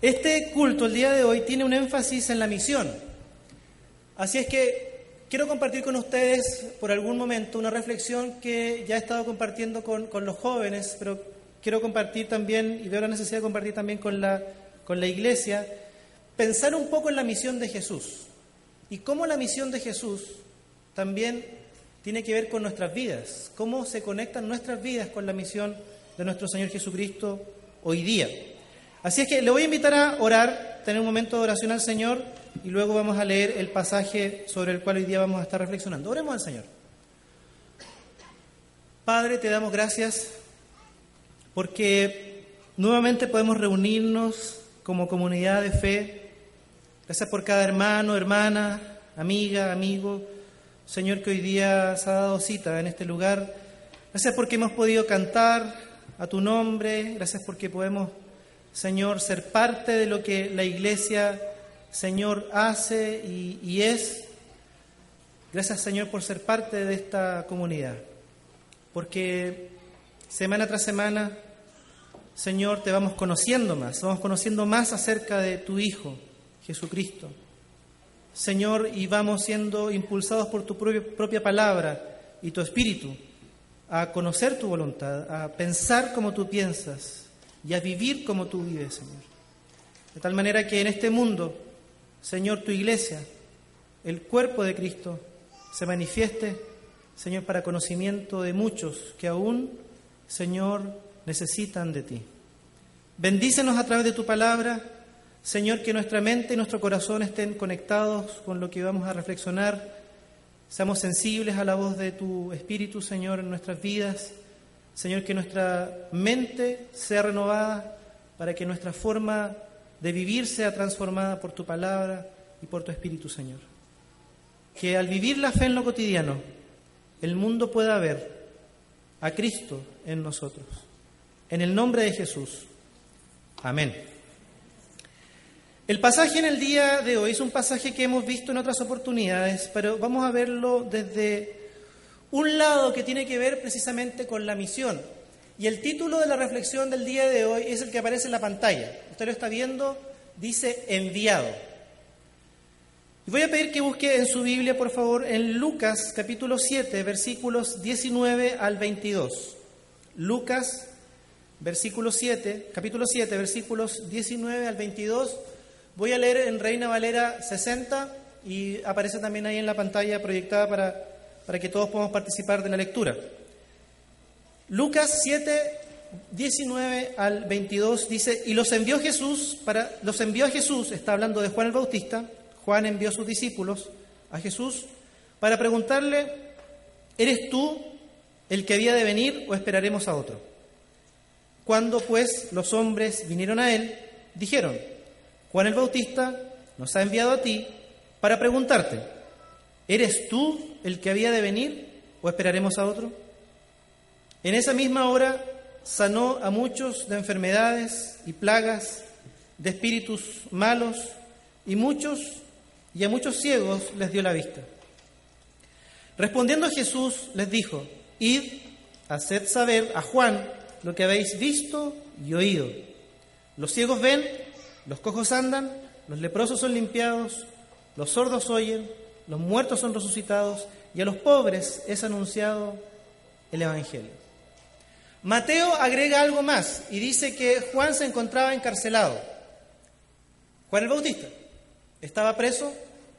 Este culto el día de hoy tiene un énfasis en la misión. Así es que quiero compartir con ustedes por algún momento una reflexión que ya he estado compartiendo con los jóvenes, pero quiero compartir también, y veo la necesidad de compartir también con la iglesia, pensar un poco en la misión de Jesús y cómo la misión de Jesús también tiene que ver con nuestras vidas, cómo se conectan nuestras vidas con la misión de nuestro Señor Jesucristo hoy día. Así es que le voy a invitar a orar, tener un momento de oración al Señor y luego vamos a leer el pasaje sobre el cual hoy día vamos a estar reflexionando. Oremos al Señor. Padre, te damos gracias porque nuevamente podemos reunirnos como comunidad de fe. Gracias por cada hermano, hermana, amiga, amigo, Señor, que hoy día se ha dado cita en este lugar. Gracias porque hemos podido cantar a tu nombre. Gracias porque podemos, Señor, ser parte de lo que la iglesia, Señor, hace y es. Gracias, Señor, por ser parte de esta comunidad. Porque semana tras semana, Señor, te vamos conociendo más acerca de tu Hijo, Jesucristo. Señor, y vamos siendo impulsados por tu propia palabra y tu Espíritu a conocer tu voluntad, a pensar como tú piensas y a vivir como tú vives, Señor. De tal manera que en este mundo, Señor, tu iglesia, el cuerpo de Cristo, se manifieste, Señor, para conocimiento de muchos que aún, Señor, necesitan de ti. Bendícenos a través de tu palabra, Señor, que nuestra mente y nuestro corazón estén conectados con lo que vamos a reflexionar. Seamos sensibles a la voz de tu Espíritu, Señor, en nuestras vidas. Señor, que nuestra mente sea renovada para que nuestra forma de vivir sea transformada por tu palabra y por tu Espíritu, Señor. Que al vivir la fe en lo cotidiano, el mundo pueda ver a Cristo en nosotros. En el nombre de Jesús. Amén. El pasaje en el día de hoy es un pasaje que hemos visto en otras oportunidades, pero vamos a verlo desde un lado que tiene que ver precisamente con la misión. Y el título de la reflexión del día de hoy es el que aparece en la pantalla. Usted lo está viendo, dice enviado. Y voy a pedir que busque en su Biblia, por favor, en Lucas capítulo 7, versículos 19 al 22. Lucas, capítulo 7, versículos 19 al 22. Voy a leer en Reina Valera 60 y aparece también ahí en la pantalla proyectada para que todos podamos participar de la lectura. Lucas 7, 19 al 22 dice, y los envió a Jesús, está hablando de Juan el Bautista. Juan envió a sus discípulos a Jesús para preguntarle, ¿eres tú el que había de venir o esperaremos a otro? Cuando pues los hombres vinieron a él, dijeron, Juan el Bautista nos ha enviado a ti para preguntarte, ¿eres tú el que había de venir o esperaremos a otro? En esa misma hora sanó a muchos de enfermedades y plagas, de espíritus malos, y a muchos ciegos les dio la vista. Respondiendo Jesús les dijo, id, haced saber a Juan lo que habéis visto y oído. Los ciegos ven, los cojos andan, los leprosos son limpiados, los sordos oyen, los muertos son resucitados y a los pobres es anunciado el Evangelio. Mateo agrega algo más y dice que Juan se encontraba encarcelado. Juan el Bautista estaba preso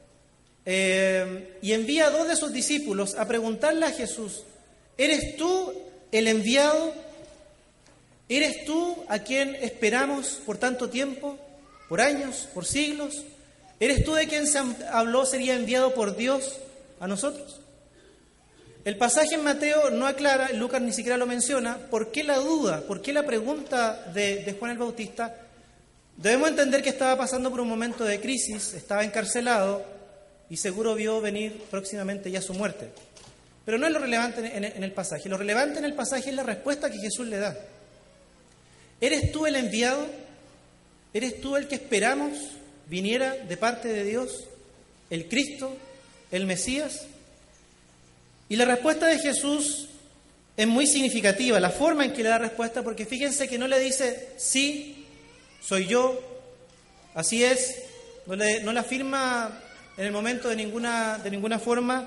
y envía a 2 de sus discípulos a preguntarle a Jesús, ¿eres tú el enviado? ¿Eres tú a quien esperamos por tanto tiempo, por años, por siglos? ¿Eres tú de quien se habló sería enviado por Dios a nosotros? El pasaje en Mateo no aclara, Lucas ni siquiera lo menciona, ¿por qué la duda? ¿Por qué la pregunta de Juan el Bautista? Debemos entender que estaba pasando por un momento de crisis, estaba encarcelado y seguro vio venir próximamente ya su muerte. Pero no es lo relevante en el pasaje. Lo relevante en el pasaje es la respuesta que Jesús le da. ¿Eres tú el enviado? ¿Eres tú el que esperamos viniera de parte de Dios? ¿El Cristo? ¿El Mesías? Y la respuesta de Jesús es muy significativa, la forma en que le da respuesta, porque fíjense que no le dice, sí, soy yo, Así es, no la afirma en el momento de ninguna forma,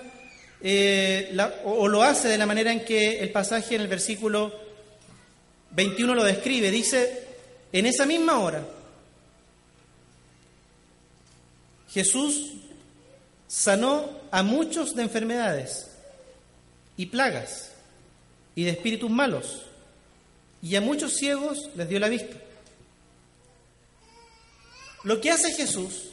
o lo hace de la manera en que el pasaje en el versículo 21 lo describe. Dice, en esa misma hora, Jesús sanó a muchos de enfermedades y plagas y de espíritus malos, y a muchos ciegos les dio la vista. Lo que hace Jesús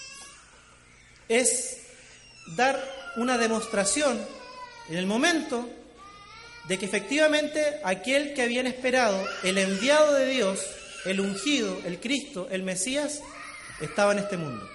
es dar una demostración en el momento de que efectivamente aquel que habían esperado, el enviado de Dios, el ungido, el Cristo, el Mesías, estaba en este mundo.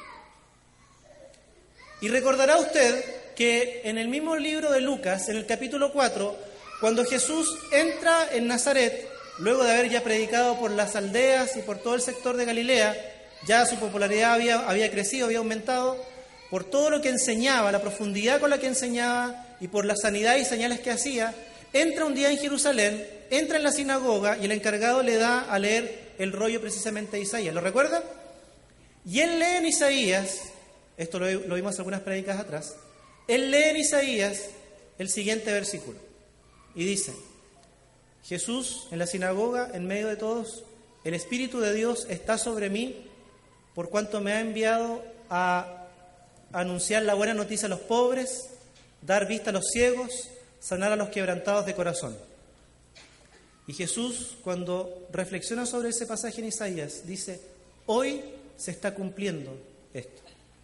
Y recordará usted que en el mismo libro de Lucas, en el capítulo 4, cuando Jesús entra en Nazaret, luego de haber ya predicado por las aldeas y por todo el sector de Galilea, ya su popularidad había crecido, había aumentado, por todo lo que enseñaba, la profundidad con la que enseñaba y por la sanidad y señales que hacía, entra un día en Jerusalén, entra en la sinagoga y el encargado le da a leer el rollo precisamente de Isaías. ¿Lo recuerda? Y él lee en Isaías, esto lo vimos algunas prédicas atrás, él lee en Isaías el siguiente versículo y dice: Jesús en la sinagoga, en medio de todos, el Espíritu de Dios está sobre mí, por cuanto me ha enviado a anunciar la buena noticia a los pobres, dar vista a los ciegos, sanar a los quebrantados de corazón. Y Jesús, cuando reflexiona sobre ese pasaje en Isaías, dice: hoy se está cumpliendo esto.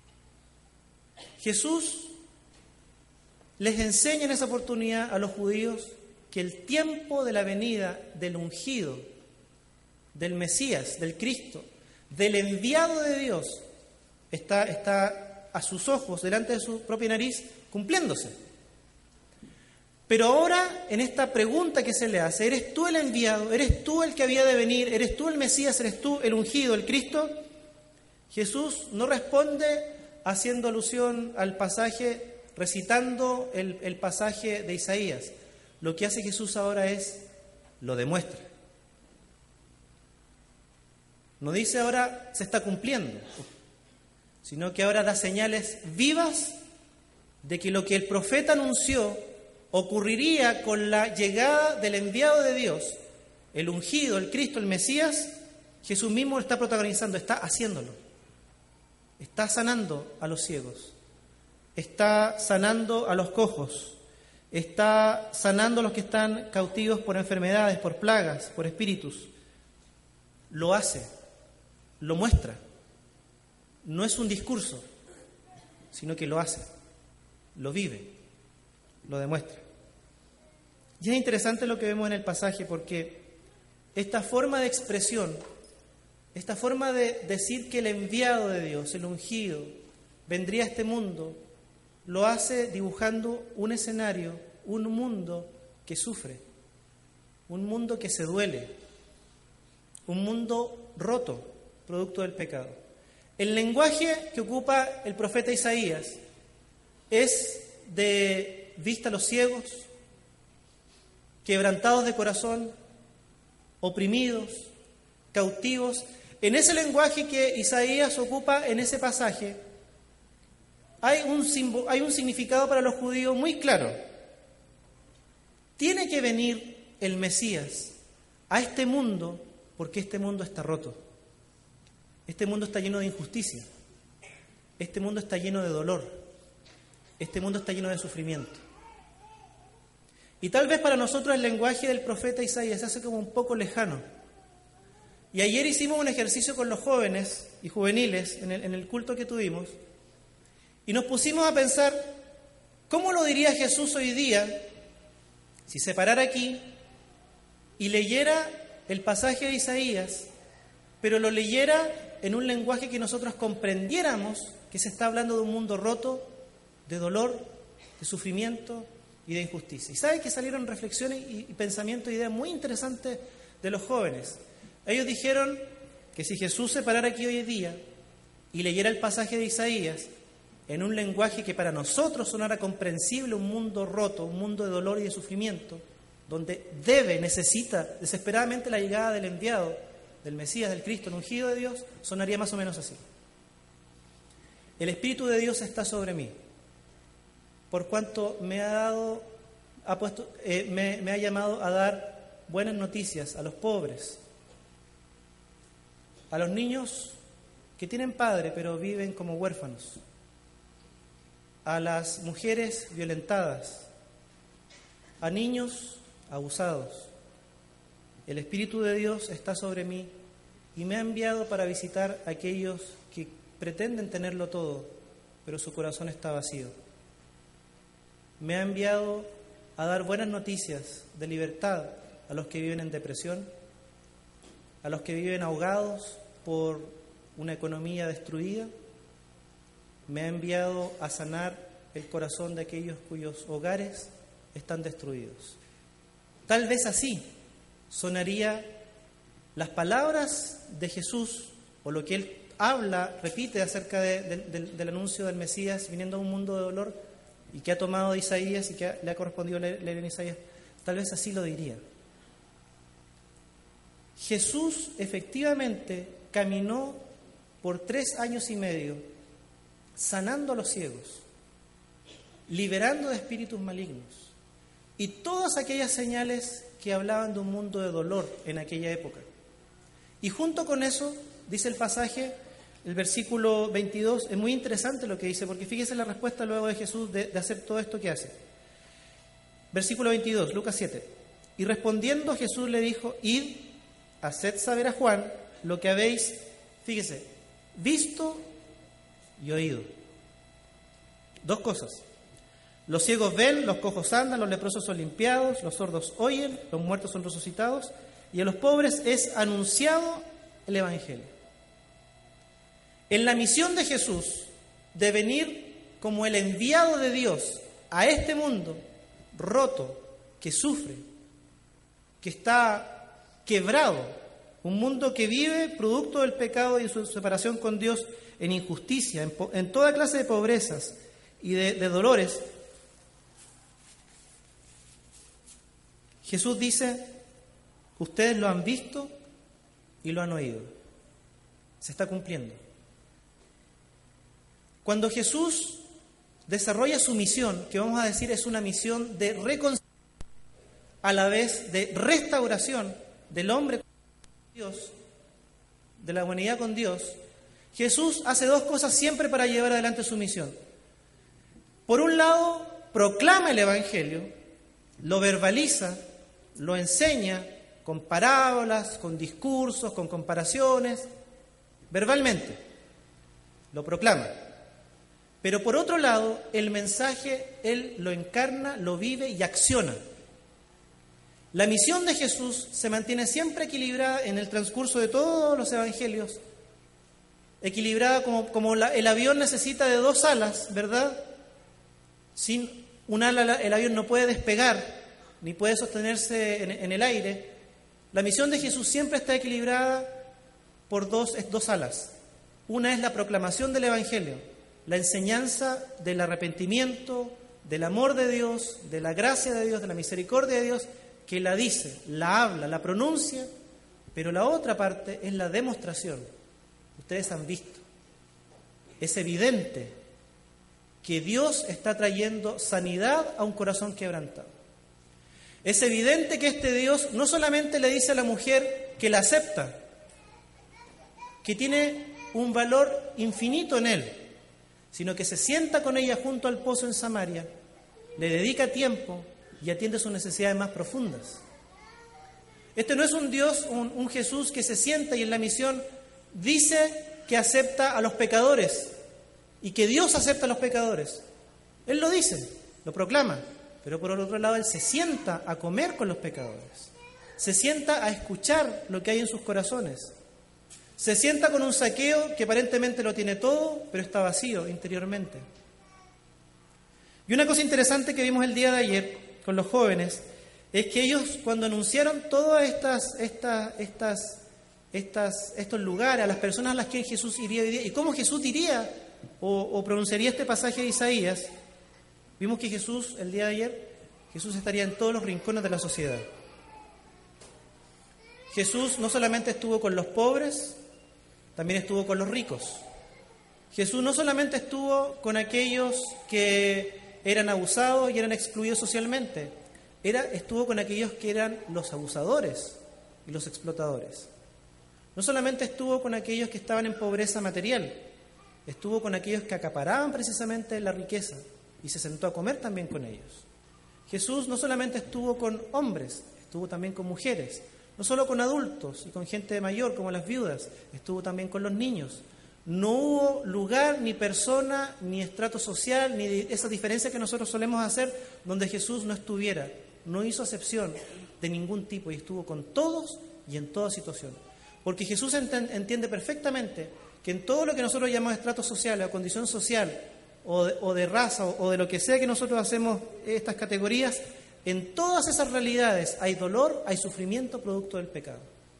Jesús les enseña en esa oportunidad a los judíos que el tiempo de la venida del ungido, del Mesías, del Cristo, del enviado de Dios, está a sus ojos, delante de su propia nariz, cumpliéndose. Pero ahora, en esta pregunta que se le hace, ¿eres tú el enviado? ¿Eres tú el que había de venir? ¿Eres tú el Mesías? ¿Eres tú el ungido, el Cristo? Jesús no responde haciendo alusión al pasaje, recitando el pasaje de Isaías. Lo que hace Jesús ahora es, lo demuestra. No dice ahora se está cumpliendo, sino que ahora da señales vivas de que lo que el profeta anunció ocurriría con la llegada del enviado de Dios, el ungido, el Cristo, el Mesías. Jesús mismo lo está protagonizando, está haciéndolo. Está sanando a los ciegos, está sanando a los cojos, está sanando a los que están cautivos por enfermedades, por plagas, por espíritus. Lo hace, lo muestra. No es un discurso, sino que lo hace, lo vive, lo demuestra. Y es interesante lo que vemos en el pasaje, porque esta forma de expresión, esta forma de decir que el enviado de Dios, el ungido, vendría a este mundo, lo hace dibujando un escenario, un mundo que sufre, un mundo que se duele, un mundo roto, producto del pecado. El lenguaje que ocupa el profeta Isaías es de vista a los ciegos, quebrantados de corazón, oprimidos, cautivos. En ese lenguaje que Isaías ocupa en ese pasaje, hay un significado para los judíos muy claro. Tiene que venir el Mesías a este mundo porque este mundo está roto. Este mundo está lleno de injusticia. Este mundo está lleno de dolor. Este mundo está lleno de sufrimiento. Y tal vez para nosotros el lenguaje del profeta Isaías se hace como un poco lejano. Y ayer hicimos un ejercicio con los jóvenes y juveniles en el culto que tuvimos, y nos pusimos a pensar, ¿cómo lo diría Jesús hoy día si se parara aquí y leyera el pasaje de Isaías, pero lo leyera en un lenguaje que nosotros comprendiéramos que se está hablando de un mundo roto, de dolor, de sufrimiento y de injusticia? Y sabe que salieron reflexiones y pensamientos, ideas muy interesantes de los jóvenes. Ellos dijeron que si Jesús se parara aquí hoy día y leyera el pasaje de Isaías en un lenguaje que para nosotros sonara comprensible, un mundo roto, un mundo de dolor y de sufrimiento, donde necesita desesperadamente la llegada del enviado, del Mesías, del Cristo, el ungido de Dios, sonaría más o menos así. El Espíritu de Dios está sobre mí, por cuanto me ha llamado a dar buenas noticias a los pobres, a los niños que tienen padre pero viven como huérfanos, a las mujeres violentadas, a niños abusados. El Espíritu de Dios está sobre mí y me ha enviado para visitar a aquellos que pretenden tenerlo todo, pero su corazón está vacío. Me ha enviado a dar buenas noticias de libertad a los que viven en depresión, a los que viven ahogados por una economía destruida. Me ha enviado a sanar el corazón de aquellos cuyos hogares están destruidos. Tal vez así sonaría las palabras de Jesús, o lo que Él habla, repite acerca del anuncio del Mesías viniendo a un mundo de dolor, y que ha tomado de Isaías y que le ha correspondido leer en Isaías. Tal vez así lo diría. Jesús efectivamente caminó por 3 años y medio sanando a los ciegos, liberando de espíritus malignos y todas aquellas señales que hablaban de un mundo de dolor en aquella época. Y junto con eso, dice el pasaje, el versículo 22, es muy interesante lo que dice, porque fíjese la respuesta luego de Jesús de hacer todo esto que hace. Versículo 22, Lucas 7. Y respondiendo Jesús le dijo: id, haced saber a Juan lo que habéis, fíjese, visto y oído. 2 cosas. Los ciegos ven, los cojos andan, los leprosos son limpiados, los sordos oyen, los muertos son resucitados, y a los pobres es anunciado el Evangelio. En la misión de Jesús de venir como el enviado de Dios a este mundo roto, que sufre, que está quebrado, un mundo que vive producto del pecado y su separación con Dios en injusticia, en toda clase de pobrezas y de dolores, Jesús dice: ustedes lo han visto y lo han oído. Se está cumpliendo. Cuando Jesús desarrolla su misión, que vamos a decir es una misión de reconciliación, a la vez de restauración del hombre con Dios, de la humanidad con Dios, Jesús hace 2 cosas siempre para llevar adelante su misión. Por un lado, proclama el Evangelio, lo verbaliza, lo enseña con parábolas, con discursos, con comparaciones, verbalmente, lo proclama. Pero por otro lado, el mensaje Él lo encarna, lo vive y acciona. La misión de Jesús se mantiene siempre equilibrada en el transcurso de todos los evangelios, equilibrada como el avión necesita de 2 alas, ¿verdad? Sin un ala el avión no puede despegar, ni puede sostenerse en el aire. La misión de Jesús siempre está equilibrada por dos alas. Una es la proclamación del Evangelio, la enseñanza del arrepentimiento, del amor de Dios, de la gracia de Dios, de la misericordia de Dios, que la dice, la habla, la pronuncia, pero la otra parte es la demostración. Ustedes han visto, es evidente que Dios está trayendo sanidad a un corazón quebrantado. Es evidente que este Dios no solamente le dice a la mujer que la acepta, que tiene un valor infinito en Él, sino que se sienta con ella junto al pozo en Samaria, le dedica tiempo y atiende sus necesidades más profundas. Este no es un Dios, un Jesús que se sienta y en la misión dice que acepta a los pecadores y que Dios acepta a los pecadores. Él lo dice, lo proclama, pero por otro lado Él se sienta a comer con los pecadores, se sienta a escuchar lo que hay en sus corazones. Se sienta con un Zaqueo que aparentemente lo tiene todo, pero está vacío interiormente. Y una cosa interesante que vimos el día de ayer con los jóvenes es que ellos, cuando anunciaron todos estos lugares, a las personas a las que Jesús iría y cómo Jesús diría o pronunciaría este pasaje de Isaías, vimos que Jesús, el día de ayer, Jesús estaría en todos los rincones de la sociedad. Jesús no solamente estuvo con los pobres, también estuvo con los ricos. Jesús no solamente estuvo con aquellos que eran abusados y eran excluidos socialmente, estuvo con aquellos que eran los abusadores y los explotadores. No solamente estuvo con aquellos que estaban en pobreza material, estuvo con aquellos que acaparaban precisamente la riqueza y se sentó a comer también con ellos. Jesús no solamente estuvo con hombres, estuvo también con mujeres, no solo con adultos y con gente mayor como las viudas, estuvo también con los niños. No hubo lugar, ni persona, ni estrato social, ni esa diferencia que nosotros solemos hacer, donde Jesús no estuviera. No hizo acepción de ningún tipo y estuvo con todos y en toda situación. Porque Jesús entiende perfectamente que en todo lo que nosotros llamamos estrato social o condición social o de raza o de lo que sea que nosotros hacemos estas categorías, en todas esas realidades hay dolor, hay sufrimiento producto del pecado.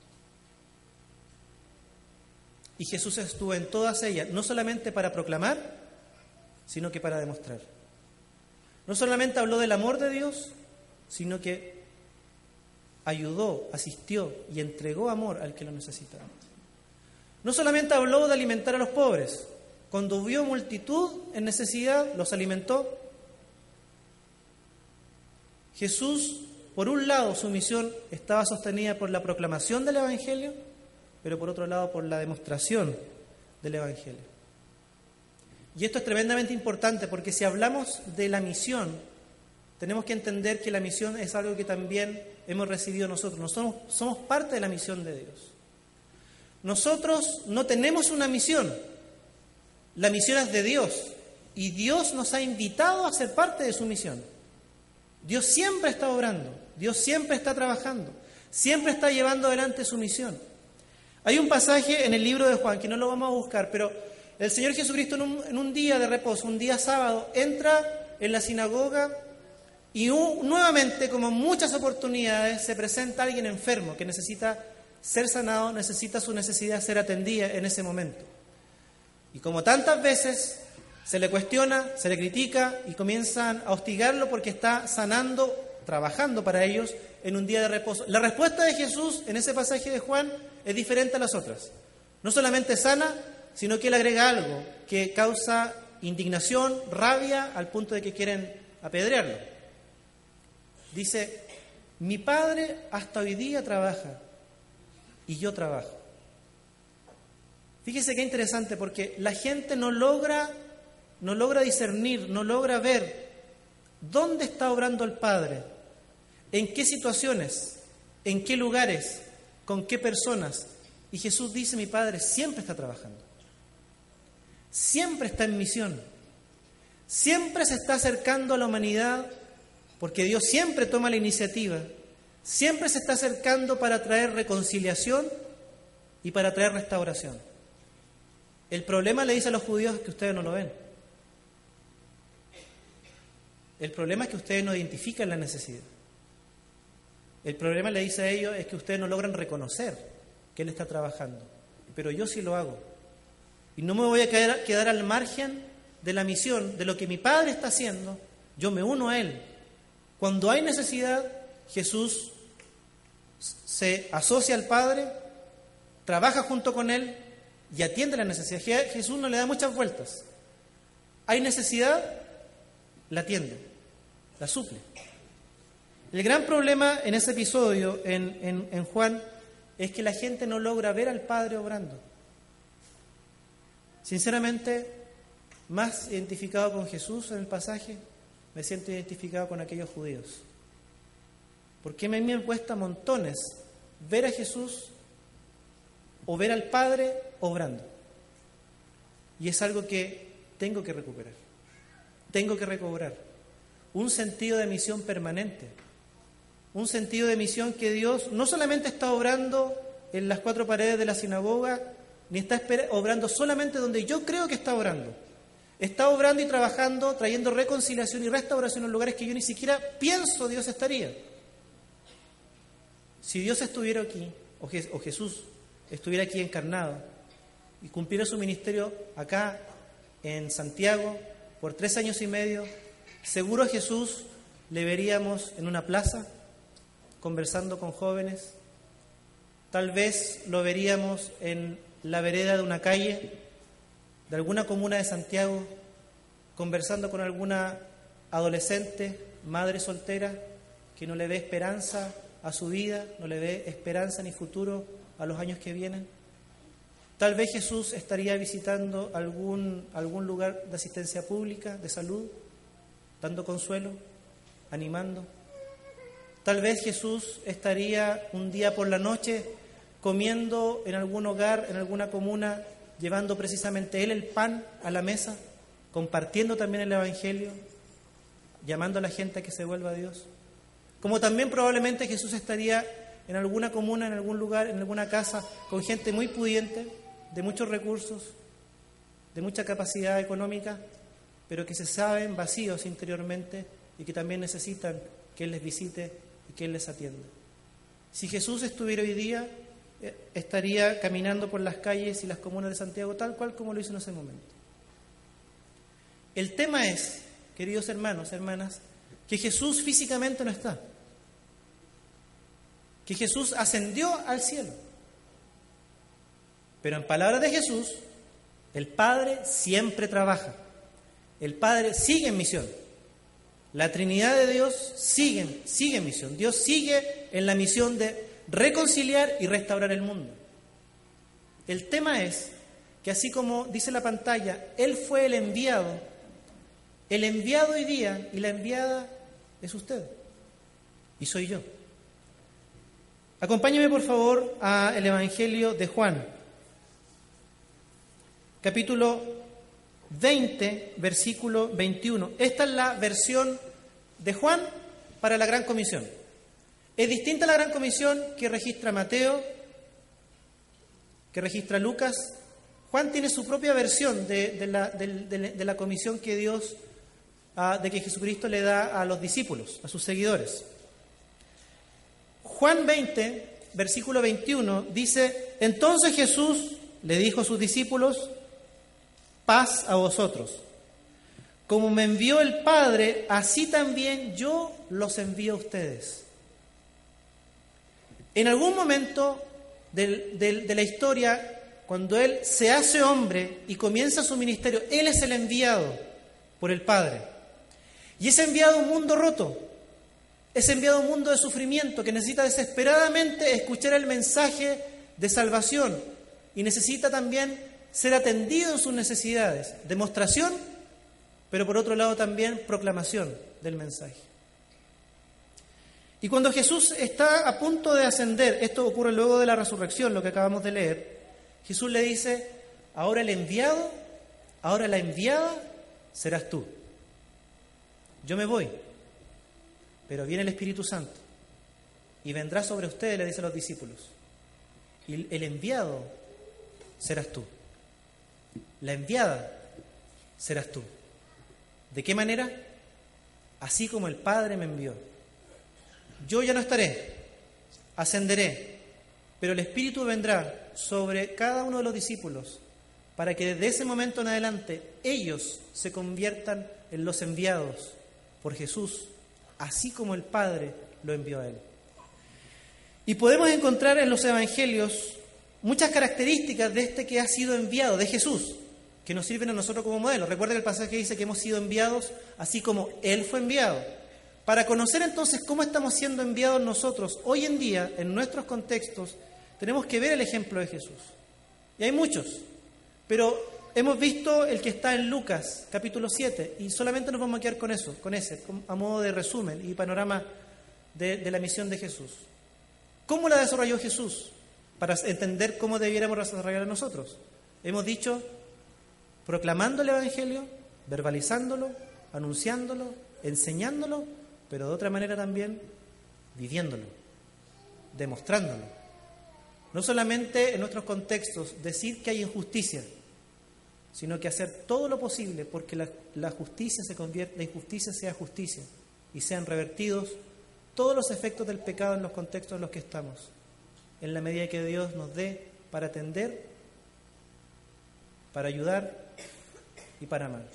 Y Jesús estuvo en todas ellas, no solamente para proclamar, sino que para demostrar. No solamente habló del amor de Dios, sino que ayudó, asistió y entregó amor al que lo necesitaba. No solamente habló de alimentar a los pobres, cuando vio multitud en necesidad, los alimentó. Jesús, por un lado, su misión estaba sostenida por la proclamación del Evangelio, pero por otro lado, por la demostración del Evangelio. Y esto es tremendamente importante, porque si hablamos de la misión, tenemos que entender que la misión es algo que también hemos recibido nosotros. Nosotros somos parte de la misión de Dios. Nosotros no tenemos una misión. La misión es de Dios. Y Dios nos ha invitado a ser parte de su misión. Dios siempre está obrando. Dios siempre está trabajando. Siempre está llevando adelante su misión. Hay un pasaje en el libro de Juan, que no lo vamos a buscar, pero el Señor Jesucristo en un día de reposo, un día sábado, entra en la sinagoga y nuevamente, como en muchas oportunidades, se presenta alguien enfermo que necesita ser sanado, necesita su necesidad ser atendida en ese momento. Y como tantas veces, se le cuestiona, se le critica y comienzan a hostigarlo porque está sanando, trabajando para ellos en un día de reposo. La respuesta de Jesús en ese pasaje de Juan es diferente a las otras. No solamente sana, sino que él agrega algo que causa indignación, rabia, al punto de que quieren apedrearlo. Dice: mi Padre hasta hoy día trabaja y yo trabajo. Fíjese qué interesante, porque la gente no logra discernir, no logra ver dónde está obrando el Padre, en qué situaciones, en qué lugares, con qué personas. Y Jesús dice: mi Padre siempre está trabajando, siempre está en misión, siempre se está acercando a la humanidad, porque Dios siempre toma la iniciativa, siempre se está acercando para traer reconciliación y para traer restauración. El problema, le dice a los judíos, es que ustedes no lo ven. El problema es que ustedes no identifican la necesidad. El problema, le dice a ellos, es que ustedes no logran reconocer que Él está trabajando. Pero yo sí lo hago. Y no me voy a quedar al margen de la misión, de lo que mi Padre está haciendo. Yo me uno a Él. Cuando hay necesidad, Jesús se asocia al Padre, trabaja junto con Él y atiende la necesidad. Jesús no le da muchas vueltas. Hay necesidad, la atiende, la suple. El gran problema en ese episodio, en Juan, es que la gente no logra ver al Padre obrando. Sinceramente, más identificado con Jesús en el pasaje, me siento identificado con aquellos judíos. Porque a mí me cuesta montones ver a Jesús o ver al Padre obrando. Y es algo que tengo que recuperar. Tengo que recobrar un sentido de misión permanente. Un sentido de misión que Dios no solamente está obrando en las cuatro paredes de la sinagoga, ni está obrando solamente donde yo creo que está obrando. Está obrando y trabajando, trayendo reconciliación y restauración en lugares que yo ni siquiera pienso Dios estaría. Si Dios estuviera aquí, o Jesús estuviera aquí encarnado y cumpliera su ministerio acá en Santiago por 3 años y medio, seguro a Jesús le veríamos en una plaza, conversando con jóvenes, tal vez lo veríamos en la vereda de una calle, de alguna comuna de Santiago, conversando con alguna adolescente, madre soltera, que no le ve esperanza a su vida, no le ve esperanza ni futuro a los años que vienen. Tal vez Jesús estaría visitando algún lugar de asistencia pública, de salud, dando consuelo, animando. Tal vez Jesús estaría un día por la noche comiendo en algún hogar, en alguna comuna, llevando precisamente Él el pan a la mesa, compartiendo también el Evangelio, llamando a la gente a que se vuelva a Dios. Como también probablemente Jesús estaría en alguna comuna, en algún lugar, en alguna casa, con gente muy pudiente, de muchos recursos, de mucha capacidad económica, pero que se saben vacíos interiormente y que también necesitan que Él les visite y que Él les atienda. Si Jesús estuviera hoy día, estaría caminando por las calles y las comunas de Santiago tal cual como lo hizo en ese momento. El tema es, queridos hermanos, hermanas, que Jesús físicamente no está, que Jesús ascendió al cielo. Pero en palabras de Jesús, el Padre siempre trabaja. El Padre sigue en misión. La Trinidad de Dios sigue en misión. Dios sigue en la misión de reconciliar y restaurar el mundo. El tema es que así como dice la pantalla, Él fue el enviado hoy día y la enviada es usted y soy yo. Acompáñeme por favor al Evangelio de Juan, capítulo 20, versículo 21. Esta es la versión de Juan para la Gran Comisión. Es distinta a la Gran Comisión que registra Mateo, que registra Lucas. Juan tiene su propia versión de la comisión que Dios, de que Jesucristo le da a los discípulos, a sus seguidores. Juan 20, versículo 21, dice: entonces Jesús le dijo a sus discípulos: paz a vosotros. Como me envió el Padre, así también yo los envío a ustedes. En algún momento de la historia, cuando Él se hace hombre y comienza su ministerio, Él es el enviado por el Padre. Y es enviado a un mundo roto, es enviado a un mundo de sufrimiento que necesita desesperadamente escuchar el mensaje de salvación y necesita también ser atendido en sus necesidades, demostración, pero por otro lado también proclamación del mensaje. Y cuando Jesús está a punto de ascender, esto ocurre luego de la resurrección, lo que acabamos de leer, Jesús le dice: ahora el enviado, ahora la enviada serás tú. Yo me voy, pero viene el Espíritu Santo y vendrá sobre ustedes, le dice a los discípulos, y el enviado serás tú. La enviada serás tú. ¿De qué manera? Así como el Padre me envió. Yo ya no estaré, ascenderé, pero el Espíritu vendrá sobre cada uno de los discípulos para que desde ese momento en adelante ellos se conviertan en los enviados por Jesús, así como el Padre lo envió a Él. Y podemos encontrar en los Evangelios muchas características de este que ha sido enviado, de Jesús, que nos sirven a nosotros como modelo. Recuerden el pasaje que dice que hemos sido enviados así como Él fue enviado. Para conocer entonces cómo estamos siendo enviados nosotros hoy en día, en nuestros contextos, tenemos que ver el ejemplo de Jesús. Y hay muchos, pero hemos visto el que está en Lucas, capítulo 7, y solamente nos vamos a quedar con eso, con ese, a modo de resumen y panorama de la misión de Jesús. ¿Cómo la desarrolló Jesús? Para entender cómo debiéramos desarrollar nosotros. Hemos dicho: proclamando el Evangelio, verbalizándolo, anunciándolo, enseñándolo, pero de otra manera también viviéndolo, demostrándolo. No solamente en nuestros contextos decir que hay injusticia, sino que hacer todo lo posible porque la injusticia sea justicia y sean revertidos todos los efectos del pecado en los contextos en los que estamos, en la medida que Dios nos dé para atender, para ayudar y para amar.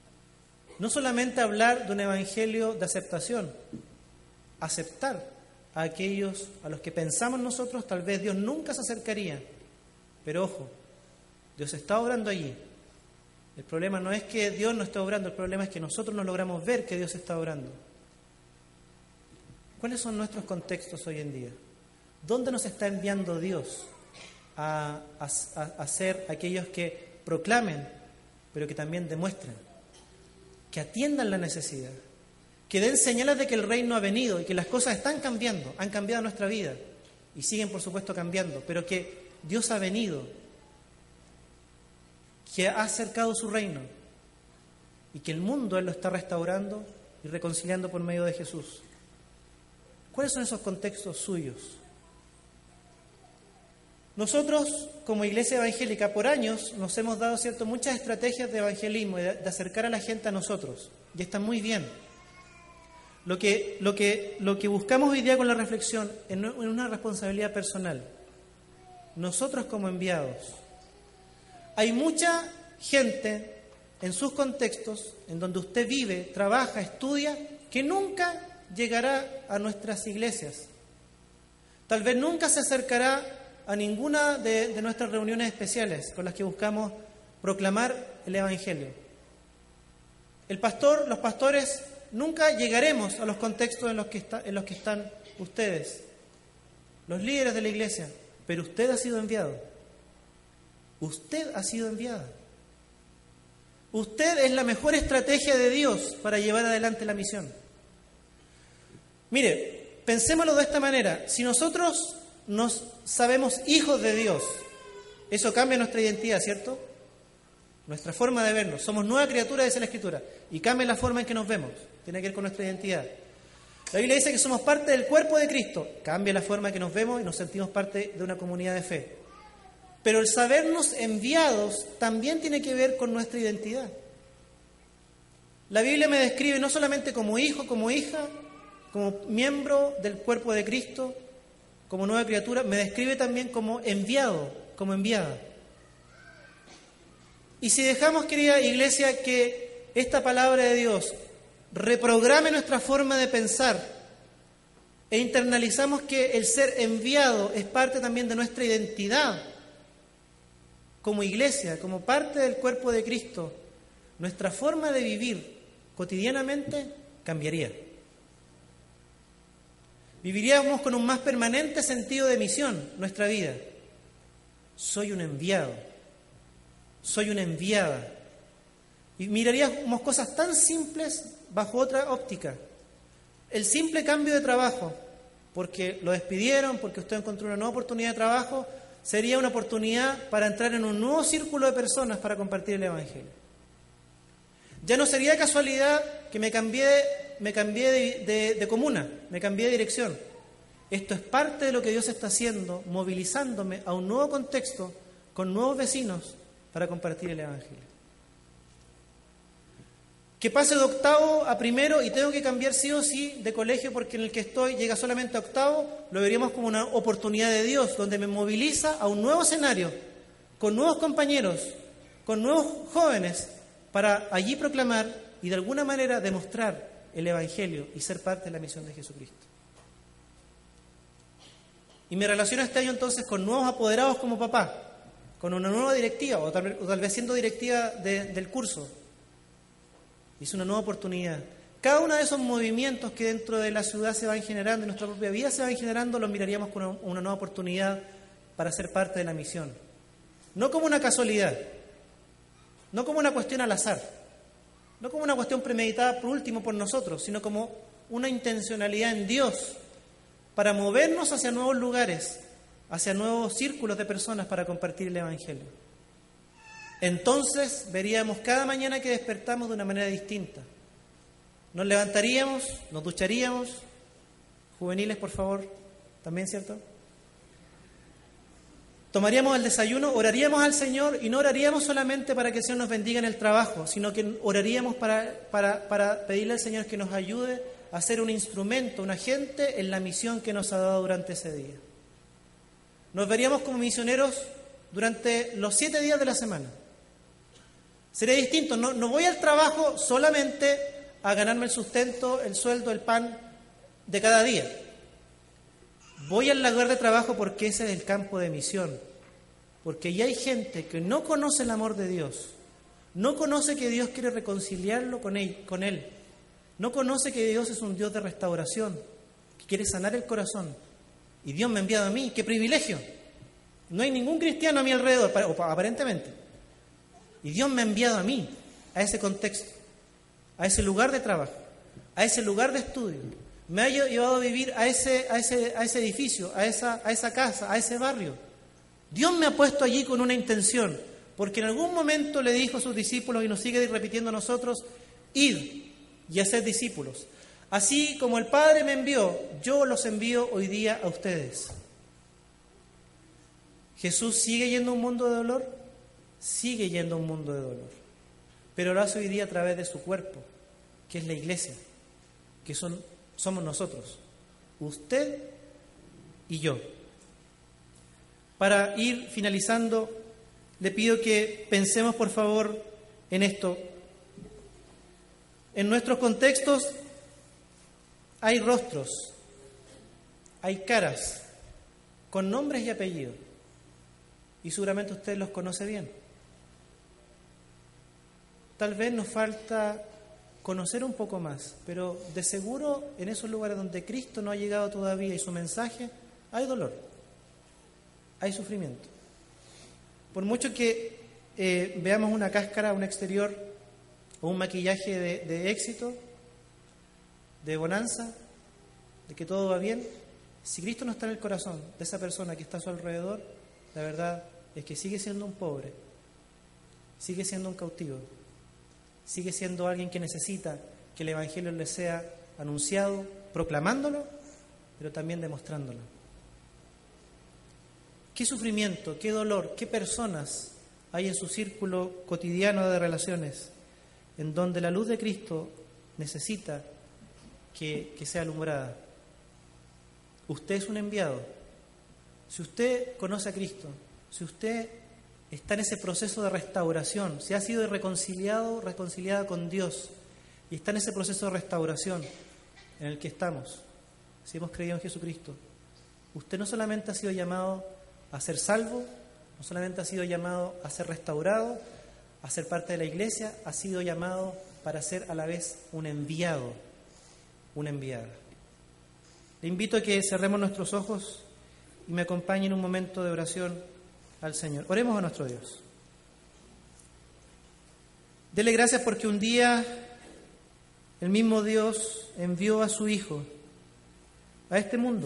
No solamente hablar de un evangelio de aceptación, aceptar a aquellos a los que pensamos nosotros, tal vez Dios nunca se acercaría. Pero ojo, Dios está obrando allí. El problema no es que Dios no esté obrando, el problema es que nosotros no logramos ver que Dios está obrando. ¿Cuáles son nuestros contextos hoy en día? ¿Dónde nos está enviando Dios a ser aquellos que proclamen, pero que también demuestren, que atiendan la necesidad, que den señales de que el reino ha venido y que las cosas están cambiando, han cambiado nuestra vida y siguen por supuesto cambiando, pero que Dios ha venido, que ha acercado su reino y que el mundo Él lo está restaurando y reconciliando por medio de Jesús? ¿Cuáles son esos contextos suyos? Nosotros, como Iglesia Evangélica, por años nos hemos dado muchas estrategias de evangelismo y de acercar a la gente a nosotros, y está muy bien. Lo que buscamos hoy día con la reflexión es una responsabilidad personal. Nosotros como enviados. Hay mucha gente en sus contextos, en donde usted vive, trabaja, estudia, que nunca llegará a nuestras iglesias. Tal vez nunca se acercará a ninguna de nuestras reuniones especiales con las que buscamos proclamar el Evangelio. Los pastores, nunca llegaremos a los contextos en los que están ustedes, los líderes de la iglesia, pero usted ha sido enviado. Usted ha sido enviada. Usted es la mejor estrategia de Dios para llevar adelante la misión. Mire, pensémoslo de esta manera. Si nosotros nos sabemos hijos de Dios, eso cambia nuestra identidad, ¿cierto? Nuestra forma de vernos. Somos nueva criatura, dice la Escritura, y cambia la forma en que nos vemos. Tiene que ver con nuestra identidad. La Biblia dice que somos parte del cuerpo de Cristo. Cambia la forma en que nos vemos y nos sentimos parte de una comunidad de fe. Pero el sabernos enviados también tiene que ver con nuestra identidad. La Biblia me describe no solamente como hijo, como hija, como miembro del cuerpo de Cristo, como nueva criatura, me describe también como enviado, como enviada. Y si dejamos, querida iglesia, que esta palabra de Dios reprograme nuestra forma de pensar e internalizamos que el ser enviado es parte también de nuestra identidad como iglesia, como parte del cuerpo de Cristo, nuestra forma de vivir cotidianamente cambiaría. Viviríamos con un más permanente sentido de misión nuestra vida. Soy un enviado, soy una enviada. Y miraríamos cosas tan simples bajo otra óptica. El simple cambio de trabajo, porque lo despidieron, porque usted encontró una nueva oportunidad de trabajo, sería una oportunidad para entrar en un nuevo círculo de personas para compartir el Evangelio. Ya no sería casualidad que me cambié de comuna, me cambié de dirección. Esto es parte de lo que Dios está haciendo, movilizándome a un nuevo contexto, con nuevos vecinos, para compartir el Evangelio. Que pase de octavo a primero y tengo que cambiar sí o sí de colegio porque en el que estoy llega solamente a octavo, lo veríamos como una oportunidad de Dios, donde me moviliza a un nuevo escenario, con nuevos compañeros, con nuevos jóvenes, para allí proclamar y de alguna manera demostrar el Evangelio y ser parte de la misión de Jesucristo. Y me relaciono este año entonces con nuevos apoderados como papá, con una nueva directiva, o tal vez siendo directiva del curso. Es una nueva oportunidad. Cada uno de esos movimientos que dentro de la ciudad se van generando, en nuestra propia vida se van generando, los miraríamos como una nueva oportunidad para ser parte de la misión. No como una casualidad, no como una cuestión al azar, no como una cuestión premeditada por último por nosotros, sino como una intencionalidad en Dios para movernos hacia nuevos lugares, hacia nuevos círculos de personas para compartir el Evangelio. Entonces veríamos cada mañana que despertamos de una manera distinta. Nos levantaríamos, nos ducharíamos, juveniles por favor, también, ¿cierto? Tomaríamos el desayuno, oraríamos al Señor y no oraríamos solamente para que el Señor nos bendiga en el trabajo, sino que oraríamos para pedirle al Señor que nos ayude a ser un instrumento, un agente en la misión que nos ha dado durante ese día. Nos veríamos como misioneros durante los 7 días de la semana. Sería distinto, no voy al trabajo solamente a ganarme el sustento, el sueldo, el pan de cada día. Voy al lugar de trabajo porque ese es el campo de misión. Porque ya hay gente que no conoce el amor de Dios, no conoce que Dios quiere reconciliarlo con él, no conoce que Dios es un Dios de restauración, que quiere sanar el corazón. Y Dios me ha enviado a mí, ¡qué privilegio! No hay ningún cristiano a mi alrededor, aparentemente. Y Dios me ha enviado a mí, a ese contexto, a ese lugar de trabajo, a ese lugar de estudio. Me ha llevado a vivir a ese edificio, a esa casa, a ese barrio. Dios me ha puesto allí con una intención, porque en algún momento le dijo a sus discípulos, y nos sigue repitiendo a nosotros, id y haced discípulos. Así como el Padre me envió, yo los envío hoy día a ustedes. ¿Jesús sigue yendo a un mundo de dolor? Sigue yendo a un mundo de dolor, pero lo hace hoy día a través de su cuerpo, que es la iglesia, que somos nosotros, usted y yo. Para ir finalizando, le pido que pensemos, por favor, en esto. En nuestros contextos hay rostros, hay caras, con nombres y apellidos, y seguramente usted los conoce bien. Tal vez nos falta conocer un poco más, pero de seguro en esos lugares donde Cristo no ha llegado todavía y su mensaje, hay dolor, hay sufrimiento. Por mucho que veamos una cáscara, un exterior o un maquillaje de éxito, de bonanza, de que todo va bien, si Cristo no está en el corazón de esa persona que está a su alrededor, la verdad es que sigue siendo un pobre, sigue siendo un cautivo, sigue siendo alguien que necesita que el Evangelio le sea anunciado, proclamándolo, pero también demostrándolo. ¿Qué sufrimiento, qué dolor, qué personas hay en su círculo cotidiano de relaciones en donde la luz de Cristo necesita que sea alumbrada? Usted es un enviado. Si usted conoce a Cristo, si usted está en ese proceso de restauración, si ha sido reconciliada con Dios y está en ese proceso de restauración en el que estamos, si hemos creído en Jesucristo, usted no solamente ha sido llamado a ser salvo, no solamente ha sido llamado a ser restaurado, a ser parte de la iglesia, ha sido llamado para ser a la vez un enviado, una enviada. Le invito a que cerremos nuestros ojos y me acompañe en un momento de oración al Señor. Oremos a nuestro Dios. Dele gracias porque un día el mismo Dios envió a su Hijo a este mundo.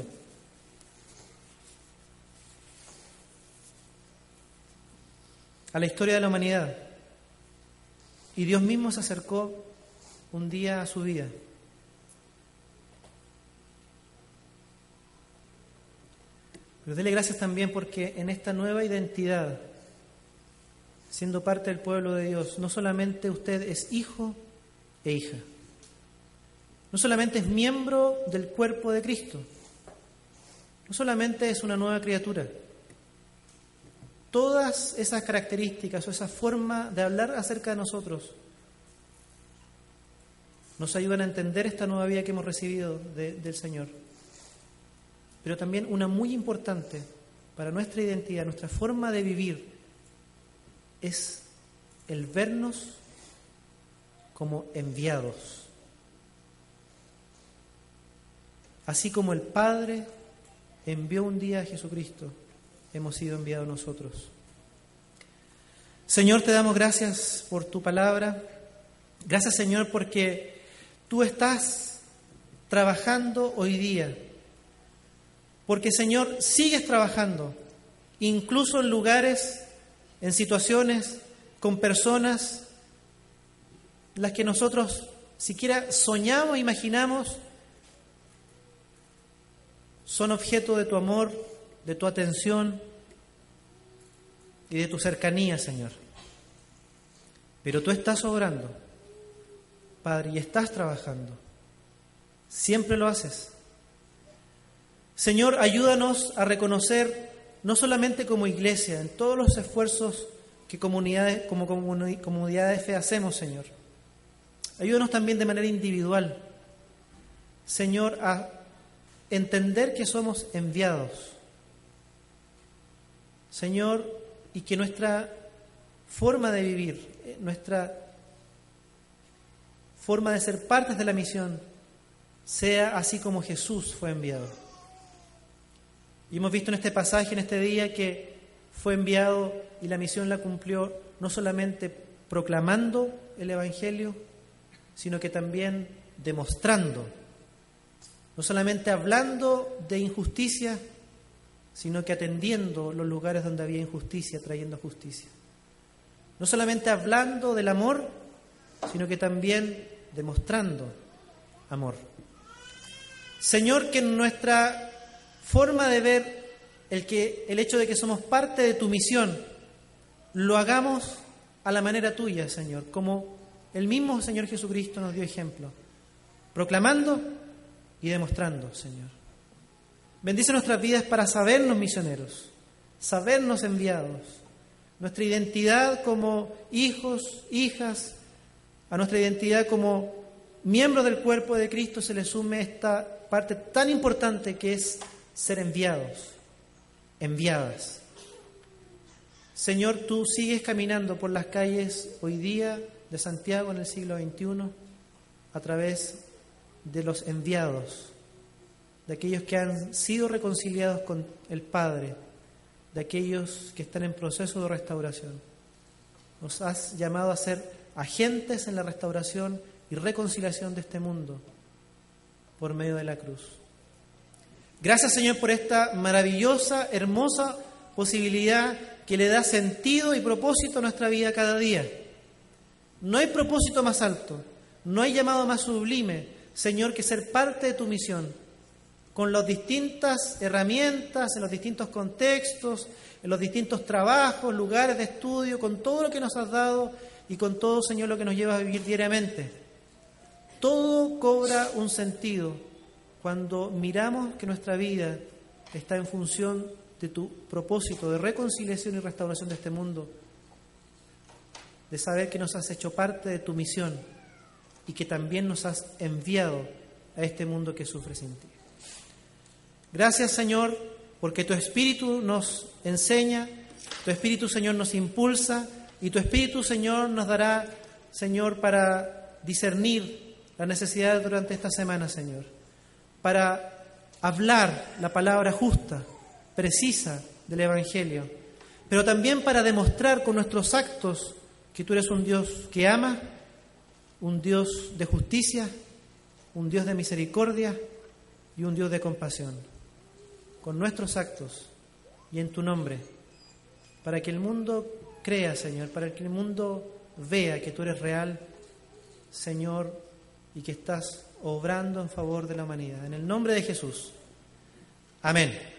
A la historia de la humanidad. Y Dios mismo se acercó un día a su vida. Pero dele gracias también porque en esta nueva identidad, siendo parte del pueblo de Dios, no solamente usted es hijo e hija, no solamente es miembro del cuerpo de Cristo, no solamente es una nueva criatura. Todas esas características o esa forma de hablar acerca de nosotros nos ayudan a entender esta nueva vida que hemos recibido del Señor. Pero también una muy importante para nuestra identidad, nuestra forma de vivir, es el vernos como enviados. Así como el Padre envió un día a Jesucristo, hemos sido enviados nosotros. Señor, te damos gracias por tu palabra. Gracias, Señor, porque tú estás trabajando hoy día. Porque, Señor, sigues trabajando, incluso en lugares, en situaciones, con personas, las que nosotros siquiera soñamos, imaginamos, son objeto de tu amor, de tu atención y de tu cercanía, Señor. Pero tú estás obrando, Padre, y estás trabajando. Siempre lo haces. Señor, ayúdanos a reconocer, no solamente como iglesia, en todos los esfuerzos que como comunidad de fe hacemos, Señor. Ayúdanos también de manera individual, Señor, a entender que somos enviados, Señor, y que nuestra forma de vivir, nuestra forma de ser partes de la misión, sea así como Jesús fue enviado. Y hemos visto en este pasaje, en este día, que fue enviado y la misión la cumplió no solamente proclamando el Evangelio, sino que también demostrando, no solamente hablando de injusticia, sino que atendiendo los lugares donde había injusticia, trayendo justicia. No solamente hablando del amor, sino que también demostrando amor. Señor, que en nuestra forma de ver el hecho de que somos parte de tu misión, lo hagamos a la manera tuya, Señor, como el mismo Señor Jesucristo nos dio ejemplo, proclamando y demostrando, Señor. Bendice nuestras vidas para sabernos misioneros, sabernos enviados, nuestra identidad como hijos, hijas, a nuestra identidad como miembros del cuerpo de Cristo se le sume esta parte tan importante que es ser enviados, enviadas. Señor, tú sigues caminando por las calles hoy día de Santiago en el siglo XXI a través de los enviados, de aquellos que han sido reconciliados con el Padre, de aquellos que están en proceso de restauración. Nos has llamado a ser agentes en la restauración y reconciliación de este mundo por medio de la cruz. Gracias, Señor, por esta maravillosa, hermosa posibilidad que le da sentido y propósito a nuestra vida cada día. No hay propósito más alto, no hay llamado más sublime, Señor, que ser parte de tu misión, con las distintas herramientas, en los distintos contextos, en los distintos trabajos, lugares de estudio, con todo lo que nos has dado y con todo, Señor, lo que nos lleva a vivir diariamente. Todo cobra un sentido cuando miramos que nuestra vida está en función de tu propósito de reconciliación y restauración de este mundo, de saber que nos has hecho parte de tu misión y que también nos has enviado a este mundo que sufre sin ti. Gracias, Señor, porque tu Espíritu nos enseña, tu Espíritu, Señor, nos impulsa y tu Espíritu, Señor, nos dará, Señor, para discernir las necesidades durante esta semana, Señor, para hablar la palabra justa, precisa del Evangelio, pero también para demostrar con nuestros actos que tú eres un Dios que ama, un Dios de justicia, un Dios de misericordia y un Dios de compasión. Con nuestros actos y en tu nombre, para que el mundo crea, Señor, para que el mundo vea que tú eres real, Señor, y que estás obrando en favor de la humanidad. En el nombre de Jesús. Amén.